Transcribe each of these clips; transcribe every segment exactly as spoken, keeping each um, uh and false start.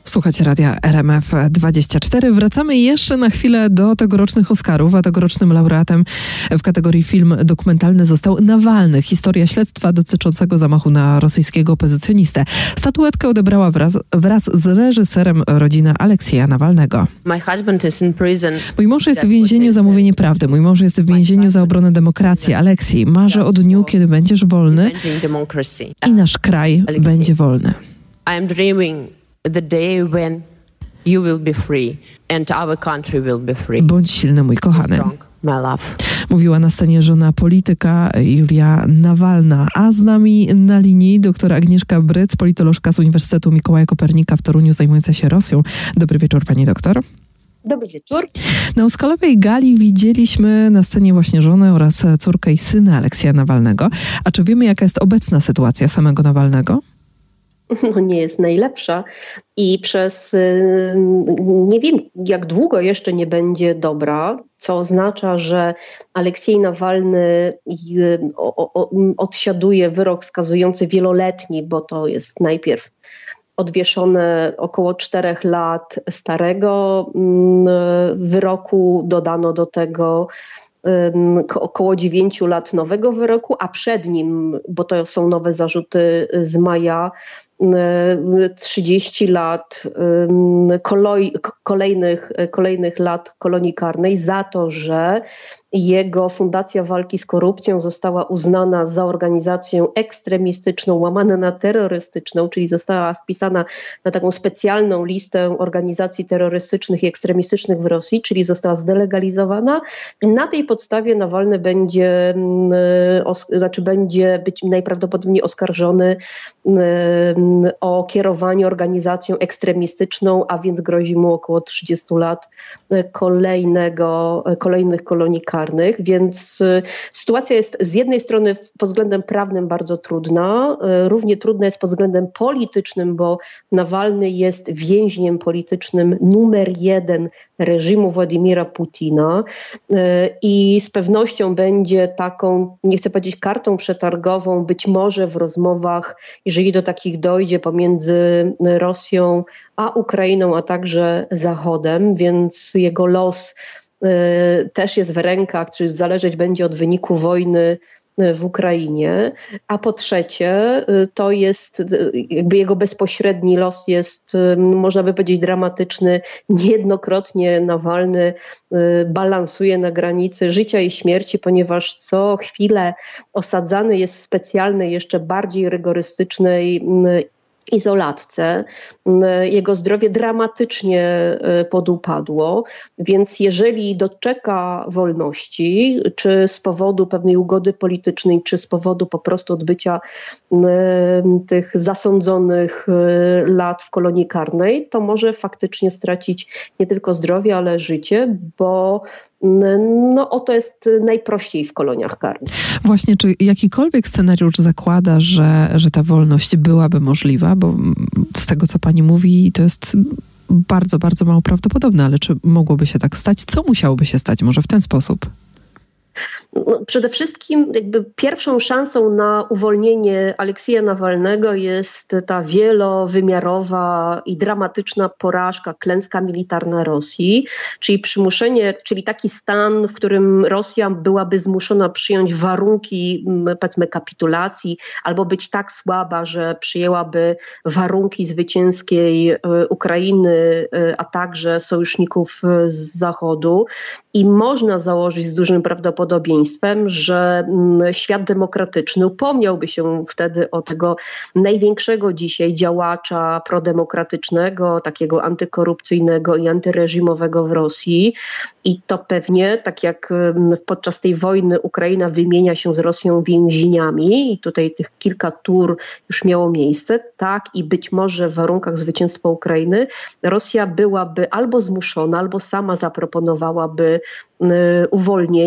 Słuchajcie Radia R M F dwadzieścia cztery. Wracamy jeszcze na chwilę do tegorocznych Oscarów, a tegorocznym laureatem w kategorii film dokumentalny został Nawalny. Historia śledztwa dotyczącego zamachu na rosyjskiego opozycjonistę. Statuetkę odebrała wraz, wraz z reżyserem rodzina Aleksieja Nawalnego. Mój mąż jest w więzieniu za mówienie prawdy. Mój mąż jest w więzieniu za obronę demokracji. Aleksiej, marzę o dniu, kiedy będziesz wolny i nasz kraj będzie wolny. I'm dreaming the day when you will be free and our country will be free. Bądź silny, mój kochany. Strong, my love. Mówiła na scenie żona polityka Julia Nawalna. A z nami na linii doktor Agnieszka Bryc, politolożka z Uniwersytetu Mikołaja Kopernika w Toruniu, zajmująca się Rosją. Dobry wieczór, pani doktor. Dobry wieczór. Na Oscarowej gali widzieliśmy na scenie właśnie żonę oraz córkę i syna Aleksieja Nawalnego. A czy wiemy, jaka jest obecna sytuacja samego Nawalnego? No nie jest najlepsza i przez nie wiem jak długo jeszcze nie będzie dobra, co oznacza, że Aleksiej Nawalny odsiaduje wyrok skazujący wieloletni, bo to jest najpierw odwieszone około czterech lat starego wyroku, dodano do tego około dziewięciu lat nowego wyroku, a przed nim, bo to są nowe zarzuty z maja, trzydzieści lat koloi, kolejnych, kolejnych lat kolonii karnej za to, że jego Fundacja Walki z Korupcją została uznana za organizację ekstremistyczną, łamana na terrorystyczną, czyli została wpisana na taką specjalną listę organizacji terrorystycznych i ekstremistycznych w Rosji, czyli została zdelegalizowana i na tej podstawie Nawalny będzie, znaczy będzie być najprawdopodobniej oskarżony o kierowanie organizacją ekstremistyczną, a więc grozi mu około trzydziestu lat kolejnego, kolejnych kolonii karnych, więc sytuacja jest z jednej strony pod względem prawnym bardzo trudna, równie trudna jest pod względem politycznym, bo Nawalny jest więźniem politycznym numer jeden reżimu Władimira Putina i z pewnością będzie taką, nie chcę powiedzieć kartą przetargową, być może w rozmowach, jeżeli do takich dojdzie, pomiędzy Rosją a Ukrainą, a także Zachodem, więc jego los y, też jest w rękach, czy zależeć będzie od wyniku wojny w Ukrainie, a po trzecie to jest jakby jego bezpośredni los jest, można by powiedzieć, dramatyczny. Niejednokrotnie Nawalny balansuje na granicy życia i śmierci, ponieważ co chwilę osadzany jest w specjalnej, jeszcze bardziej rygorystycznej izolatce. Jego zdrowie dramatycznie podupadło, więc jeżeli doczeka wolności, czy z powodu pewnej ugody politycznej, czy z powodu po prostu odbycia tych zasądzonych lat w kolonii karnej, to może faktycznie stracić nie tylko zdrowie, ale życie, bo no, oto jest najprościej w koloniach karnych. Właśnie, czy jakikolwiek scenariusz zakłada, że, że ta wolność byłaby możliwa? Bo z tego, co pani mówi, to jest bardzo, bardzo mało prawdopodobne, ale czy mogłoby się tak stać? Co musiałoby się stać? Może w ten sposób? No, przede wszystkim jakby pierwszą szansą na uwolnienie Aleksieja Nawalnego jest ta wielowymiarowa i dramatyczna porażka, klęska militarna Rosji, czyli przymuszenie, czyli taki stan, w którym Rosja byłaby zmuszona przyjąć warunki, powiedzmy, kapitulacji, albo być tak słaba, że przyjęłaby warunki zwycięskiej Ukrainy, a także sojuszników z Zachodu. I można założyć z dużym prawdopodobieństwem, że świat demokratyczny upomniałby się wtedy o tego największego dzisiaj działacza prodemokratycznego, takiego antykorupcyjnego i antyreżimowego w Rosji. I to pewnie, tak jak podczas tej wojny Ukraina wymienia się z Rosją więźniami i tutaj tych kilka tur już miało miejsce, tak i być może w warunkach zwycięstwa Ukrainy Rosja byłaby albo zmuszona, albo sama zaproponowałaby uwolnienie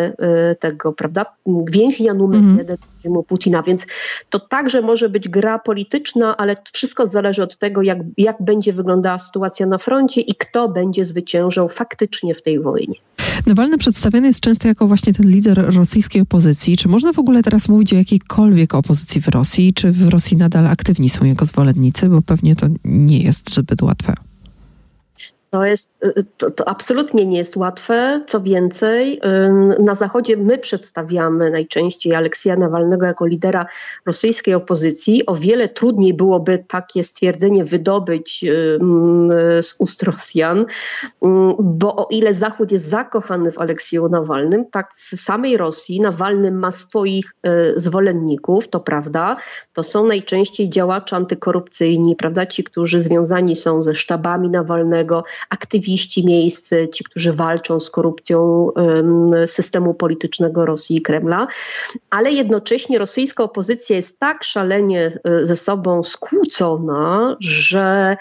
tego, prawda, więźnia numer mm. jeden reżimu Putina, więc to także może być gra polityczna, ale wszystko zależy od tego, jak, jak będzie wyglądała sytuacja na froncie i kto będzie zwyciężał faktycznie w tej wojnie. Nawalny przedstawiany jest często jako właśnie ten lider rosyjskiej opozycji. Czy można w ogóle teraz mówić o jakiejkolwiek opozycji w Rosji? Czy w Rosji nadal aktywni są jego zwolennicy? Bo pewnie to nie jest zbyt łatwe. To, jest, to, to absolutnie nie jest łatwe. Co więcej, na Zachodzie my przedstawiamy najczęściej Aleksieja Nawalnego jako lidera rosyjskiej opozycji. O wiele trudniej byłoby takie stwierdzenie wydobyć z ust Rosjan, bo o ile Zachód jest zakochany w Aleksieju Nawalnym, tak w samej Rosji Nawalny ma swoich zwolenników, to prawda. To są najczęściej działacze antykorupcyjni, prawda, ci, którzy związani są ze sztabami Nawalnego, aktywiści miejscy, ci, którzy walczą z korupcją systemu politycznego Rosji i Kremla, ale jednocześnie rosyjska opozycja jest tak szalenie ze sobą skłócona, że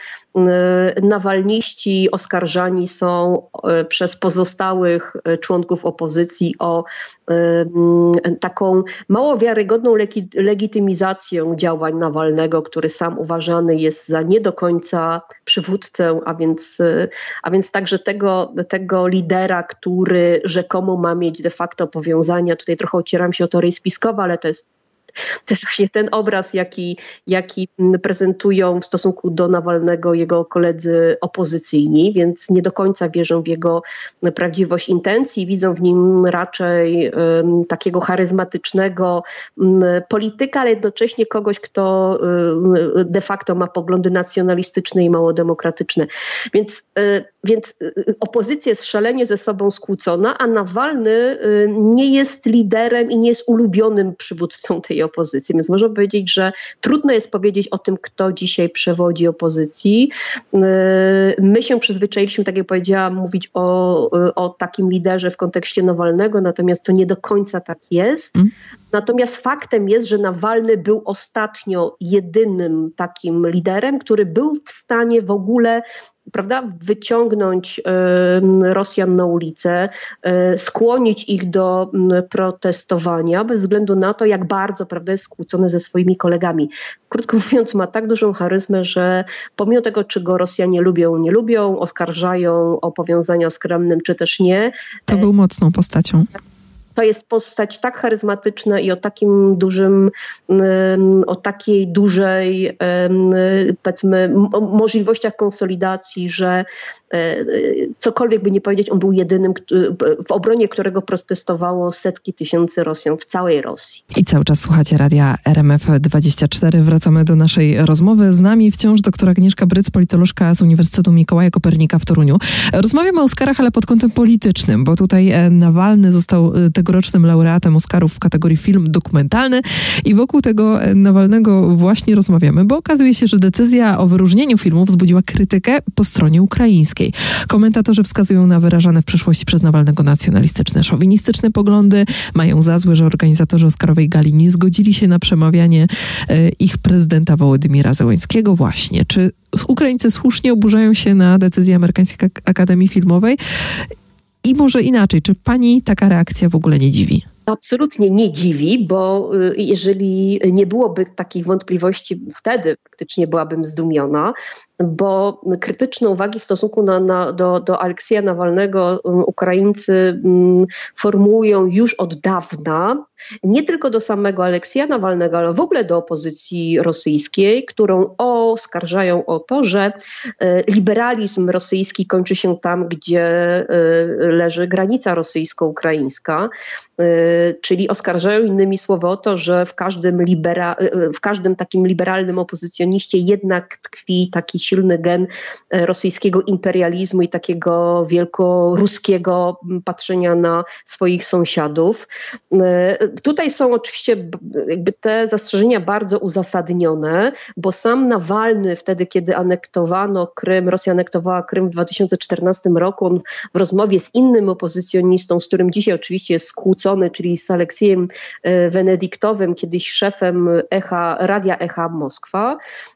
nawalniści oskarżani są przez pozostałych członków opozycji o taką mało wiarygodną legitymizację działań Nawalnego, który sam uważany jest za nie do końca przywódcę, a więc A więc także tego, tego lidera, który rzekomo ma mieć de facto powiązania. Tutaj trochę ocieram się o teorię spiskową, ale to jest To jest właśnie ten obraz, jaki, jaki prezentują w stosunku do Nawalnego jego koledzy opozycyjni, więc nie do końca wierzą w jego prawdziwość intencji. Widzą w nim raczej um, takiego charyzmatycznego um, polityka, ale jednocześnie kogoś, kto um, de facto ma poglądy nacjonalistyczne i mało demokratyczne. Więc, y, więc opozycja jest szalenie ze sobą skłócona, a Nawalny y, nie jest liderem i nie jest ulubionym przywódcą tej opozycji. Więc można powiedzieć, że trudno jest powiedzieć o tym, kto dzisiaj przewodzi opozycji. My się przyzwyczailiśmy, tak jak powiedziałam, mówić o, o takim liderze w kontekście Nawalnego, natomiast to nie do końca tak jest. Mm. Natomiast faktem jest, że Nawalny był ostatnio jedynym takim liderem, który był w stanie w ogóle, prawda, wyciągnąć y, Rosjan na ulicę, y, skłonić ich do y, protestowania bez względu na to, jak bardzo, prawda, jest skłócony ze swoimi kolegami. Krótko mówiąc, ma tak dużą charyzmę, że pomimo tego, czy go Rosjanie lubią, nie lubią, oskarżają o powiązania z Kremlem, czy też nie. To był mocną postacią. To jest postać tak charyzmatyczna i o takim dużym, o takiej dużej, powiedzmy, możliwościach konsolidacji, że cokolwiek by nie powiedzieć, on był jedynym, w obronie którego protestowało setki tysięcy Rosjan w całej Rosji. I cały czas słuchacie radia R M F dwadzieścia cztery. Wracamy do naszej rozmowy. Z nami wciąż doktor Agnieszka Bryc, politolożka z Uniwersytetu Mikołaja Kopernika w Toruniu. Rozmawiamy o Oscarach, ale pod kątem politycznym, bo tutaj Nawalny został tegorocznym laureatem Oscarów w kategorii film dokumentalny i wokół tego Nawalnego właśnie rozmawiamy, bo okazuje się, że decyzja o wyróżnieniu filmu wzbudziła krytykę po stronie ukraińskiej. Komentatorzy wskazują na wyrażane w przyszłości przez Nawalnego nacjonalistyczne, szowinistyczne poglądy. Mają za złe, że organizatorzy Oscarowej gali nie zgodzili się na przemawianie e, ich prezydenta Wołodymira Zełenskiego właśnie. Czy Ukraińcy słusznie oburzają się na decyzję Amerykańskiej Akademii Filmowej? I może inaczej, czy pani taka reakcja w ogóle nie dziwi? Absolutnie nie dziwi, bo jeżeli nie byłoby takich wątpliwości, wtedy faktycznie byłabym zdumiona, bo krytyczne uwagi w stosunku na, na, do, do Aleksieja Nawalnego Ukraińcy um, formułują już od dawna, nie tylko do samego Aleksieja Nawalnego, ale w ogóle do opozycji rosyjskiej, którą oskarżają o to, że e, liberalizm rosyjski kończy się tam, gdzie e, leży granica rosyjsko-ukraińska. E, Czyli oskarżają innymi słowy o to, że w każdym, libera, w każdym takim liberalnym opozycjoniście jednak tkwi taki silny gen rosyjskiego imperializmu i takiego wielkoruskiego patrzenia na swoich sąsiadów. Tutaj są oczywiście jakby te zastrzeżenia bardzo uzasadnione, bo sam Nawalny wtedy, kiedy anektowano Krym, Rosja anektowała Krym w dwa tysiące czternastym roku, on w rozmowie z innym opozycjonistą, z którym dzisiaj oczywiście jest skłócony, czyli z Aleksiejem Wenediktowym, kiedyś szefem Echa, Radia Echa Moskwa.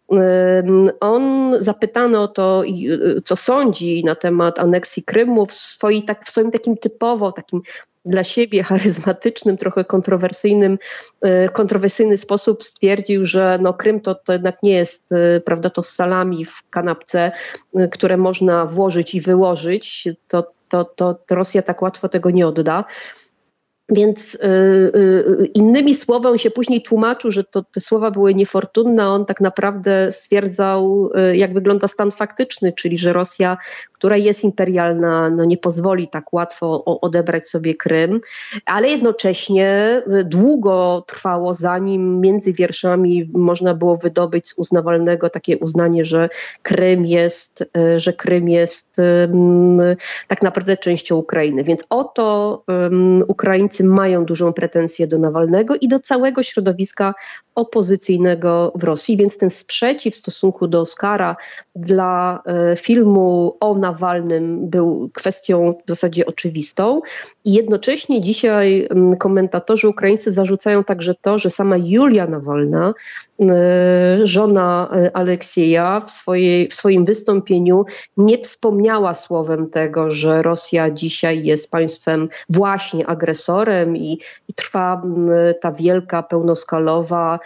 On zapytano o to, co sądzi na temat aneksji Krymu w, swoi, tak, w swoim takim typowo, takim dla siebie charyzmatycznym, trochę kontrowersyjnym, kontrowersyjny sposób stwierdził, że no Krym to, to jednak nie jest, prawda, to salami w kanapce, które można włożyć i wyłożyć, to, to, to, to Rosja tak łatwo tego nie odda. Więc y, y, innymi słowy on się później tłumaczył, że to, te słowa były niefortunne, a on tak naprawdę stwierdzał, y, jak wygląda stan faktyczny, czyli że Rosja, która jest imperialna, no nie pozwoli tak łatwo o, odebrać sobie Krym, ale jednocześnie długo trwało, zanim między wierszami można było wydobyć z uznawalnego takie uznanie, że Krym jest, y, że Krym jest y, tak naprawdę częścią Ukrainy. Więc oto y, Ukraińcy mają dużą pretensję do Nawalnego i do całego środowiska opozycyjnego w Rosji, więc ten sprzeciw w stosunku do Oscara dla e, filmu o Nawalnym był kwestią w zasadzie oczywistą i jednocześnie dzisiaj m, komentatorzy ukraińscy zarzucają także to, że sama Julia Nawalna, e, żona e, Aleksieja w, swojej, w swoim wystąpieniu nie wspomniała słowem tego, że Rosja dzisiaj jest państwem właśnie agresorem i, i trwa m, ta wielka, pełnoskalowa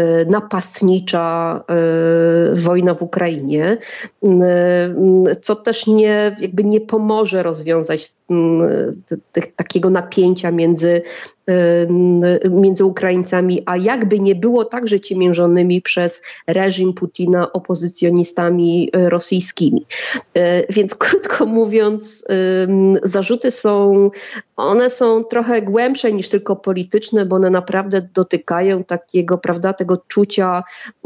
napastnicza y, wojna w Ukrainie, y, co też nie, jakby nie pomoże rozwiązać y, t, t, takiego napięcia między, y, między Ukraińcami, a jakby nie było także ciemiężonymi przez reżim Putina opozycjonistami rosyjskimi. Y, więc krótko mówiąc, y, zarzuty są, one są trochę głębsze niż tylko polityczne, bo one naprawdę dotykają takiego, prawda, tego czucia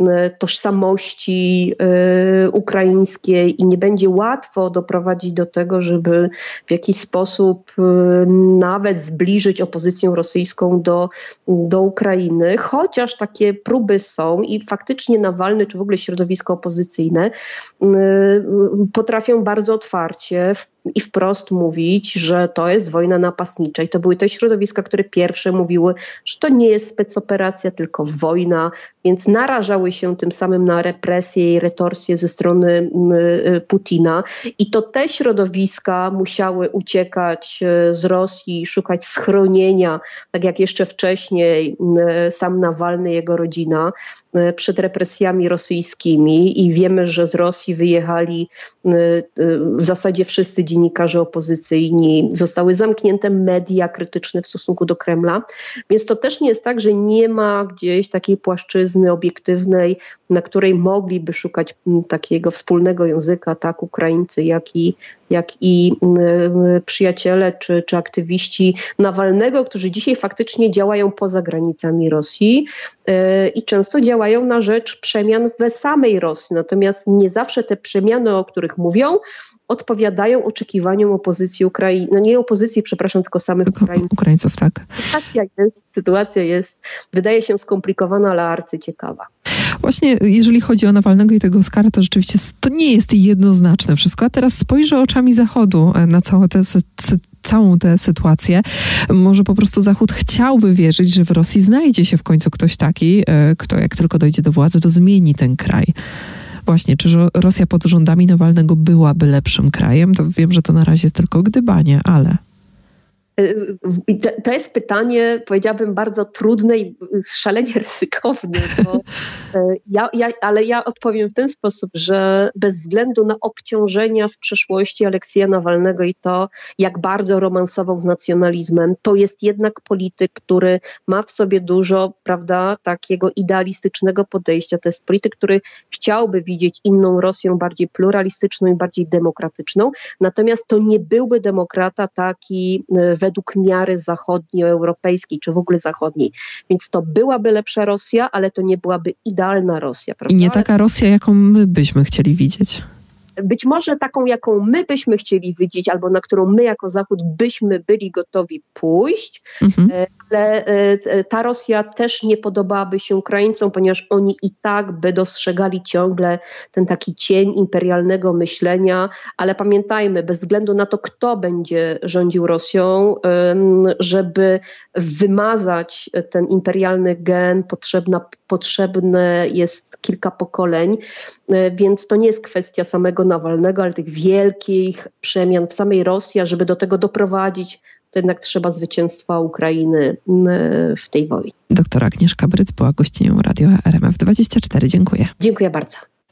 tożsamości ukraińskiej i nie będzie łatwo doprowadzić do tego, żeby w jakiś sposób nawet zbliżyć opozycję rosyjską do, do Ukrainy, chociaż takie próby są i faktycznie Nawalny, czy w ogóle środowisko opozycyjne potrafią bardzo otwarcie i wprost mówić, że to jest wojna napastnicza. I to były te środowiska, które pierwsze mówiły, że to nie jest specoperacja, tylko wojna, więc narażały się tym samym na represję i retorsję ze strony Putina. I to te środowiska musiały uciekać z Rosji, szukać schronienia, tak jak jeszcze wcześniej sam Nawalny, jego rodzina, przed represjami rosyjskimi. I wiemy, że z Rosji wyjechali w zasadzie wszyscy dziennikarze opozycyjni, zostały zamknięte media krytyczne w stosunku do Kremla, więc to też nie jest tak, że nie ma gdzieś takiej płaszczyzny obiektywnej, na której mogliby szukać takiego wspólnego języka, tak Ukraińcy, jak i, jak i y, przyjaciele czy, czy aktywiści Nawalnego, którzy dzisiaj faktycznie działają poza granicami Rosji y, i często działają na rzecz przemian we samej Rosji. Natomiast nie zawsze te przemiany, o których mówią, odpowiadają oczekiwaniom opozycji Ukrainy, no nie opozycji, przepraszam, tylko samych tylko Ukraińców. Ukraińców, tak. Sytuacja jest, sytuacja jest, wydaje się skomplikowana, ale arcyciekawa. Właśnie jeżeli chodzi o Nawalnego i tego Oscara, to rzeczywiście to nie jest jednoznaczne wszystko. A teraz spojrzę oczami Zachodu na całą tę całą tę sytuację. Może po prostu Zachód chciałby wierzyć, że w Rosji znajdzie się w końcu ktoś taki, kto jak tylko dojdzie do władzy, to zmieni ten kraj. Właśnie, czy Rosja pod rządami Nawalnego byłaby lepszym krajem? To wiem, że to na razie jest tylko gdybanie, ale... To jest pytanie, powiedziałabym, bardzo trudne i szalenie ryzykowne, bo ja, ja, ale ja odpowiem w ten sposób, że bez względu na obciążenia z przeszłości Aleksieja Nawalnego i to, jak bardzo romansował z nacjonalizmem, to jest jednak polityk, który ma w sobie dużo, prawda, takiego idealistycznego podejścia. To jest polityk, który chciałby widzieć inną Rosję, bardziej pluralistyczną i bardziej demokratyczną, natomiast to nie byłby demokrata taki według miary zachodnioeuropejskiej, czy w ogóle zachodniej. Więc to byłaby lepsza Rosja, ale to nie byłaby idealna Rosja, prawda? I nie taka Rosja, jaką my byśmy chcieli widzieć. Być może taką, jaką my byśmy chcieli widzieć, albo na którą my jako Zachód byśmy byli gotowi pójść, mhm. ale ta Rosja też nie podobałaby się Ukraińcom, ponieważ oni i tak by dostrzegali ciągle ten taki cień imperialnego myślenia, ale pamiętajmy, bez względu na to, kto będzie rządził Rosją, żeby wymazać ten imperialny gen, potrzebna, potrzebne jest kilka pokoleń, więc to nie jest kwestia samego Nawalnego, ale tych wielkich przemian w samej Rosji, a żeby do tego doprowadzić, to jednak trzeba zwycięstwa Ukrainy w tej wojnie. Doktor Agnieszka Bryc była gościnią Radio R M F dwadzieścia cztery. Dziękuję. Dziękuję bardzo.